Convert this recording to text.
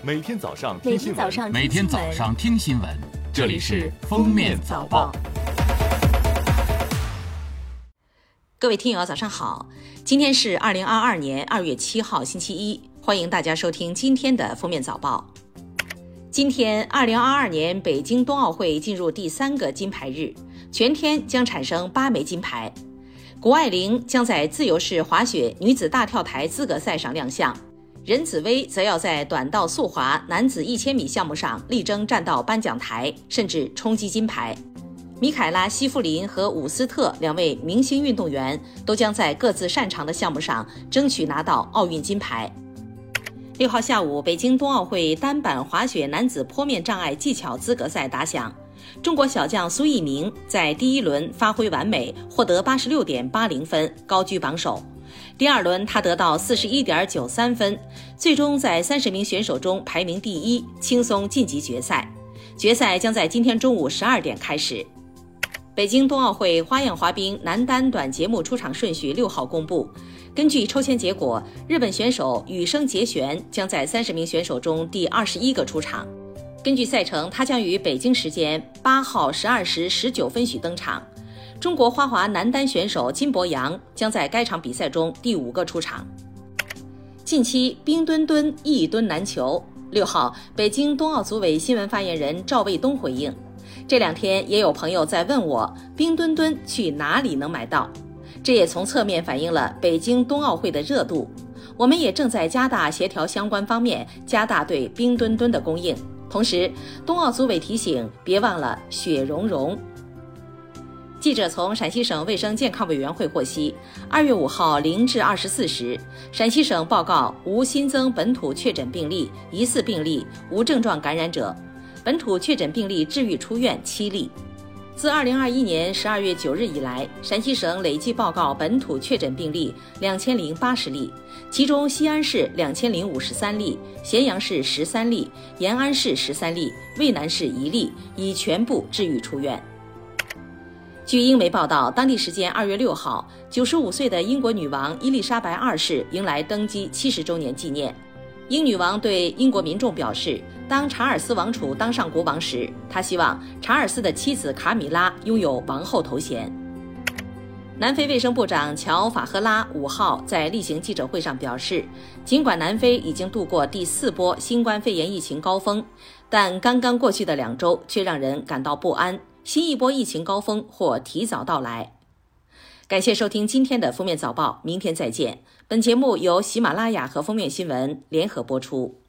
每天早上听新闻， 每天早上听新闻，这里是封面早报。 各位听友早上好，今天是2022年2月7号星期一，欢迎大家收听今天的封面早报。今天2022年北京冬奥会进入第3个金牌日，全天将产生8枚金牌。谷爱凌将在自由式滑雪女子大跳台资格赛上亮相，任子威则要在短道速滑男子1000米项目上力争站到颁奖台，甚至冲击金牌。米凯拉·希夫林和伍斯特2位明星运动员都将在各自擅长的项目上争取拿到奥运金牌。6号下午，北京冬奥会单板滑雪男子坡面障碍技巧资格赛打响，中国小将苏翊鸣在第一轮发挥完美，获得86.80分，高居榜首。第二轮他得到41.93分，最终在30名选手中排名第一，轻松晋级决赛。决赛将在今天中午12点开始。北京冬奥会花样滑冰男单短节目出场顺序6号公布，根据抽签结果，日本选手羽生结弦将在30名选手中第21个出场。根据赛程，他将于北京时间8号12时19分许登场。中国花滑男单选手金博洋将在该场比赛中第5个出场。近期冰墩墩一墩难求，6号北京冬奥组委新闻发言人赵卫东回应，这2天也有朋友在问我冰墩墩去哪里能买到，这也从侧面反映了北京冬奥会的热度。我们也正在加大协调相关方面，加大对冰墩墩的供应。同时，冬奥组委提醒，别忘了雪融融。记者从陕西省卫生健康委员会获悉，2月5号0至24时，陕西省报告无新增本土确诊病例、疑似病例、无症状感染者，本土确诊病例治愈出院7例。自2021年12月9日以来，陕西省累计报告本土确诊病例2080例，其中西安市2053例，咸阳市13例，延安市13例，渭南市1例，已全部治愈出院。据英媒报道，当地时间2月6号，95岁的英国女王伊丽莎白2世迎来登基70周年纪念。英女王对英国民众表示，当查尔斯王储当上国王时，她希望查尔斯的妻子卡米拉拥有王后头衔。南非卫生部长乔·法赫拉5号在例行记者会上表示，尽管南非已经度过第4波新冠肺炎疫情高峰，但刚刚过去的2周却让人感到不安，新一波疫情高峰或提早到来。感谢收听今天的封面早报，明天再见。本节目由喜马拉雅和封面新闻联合播出。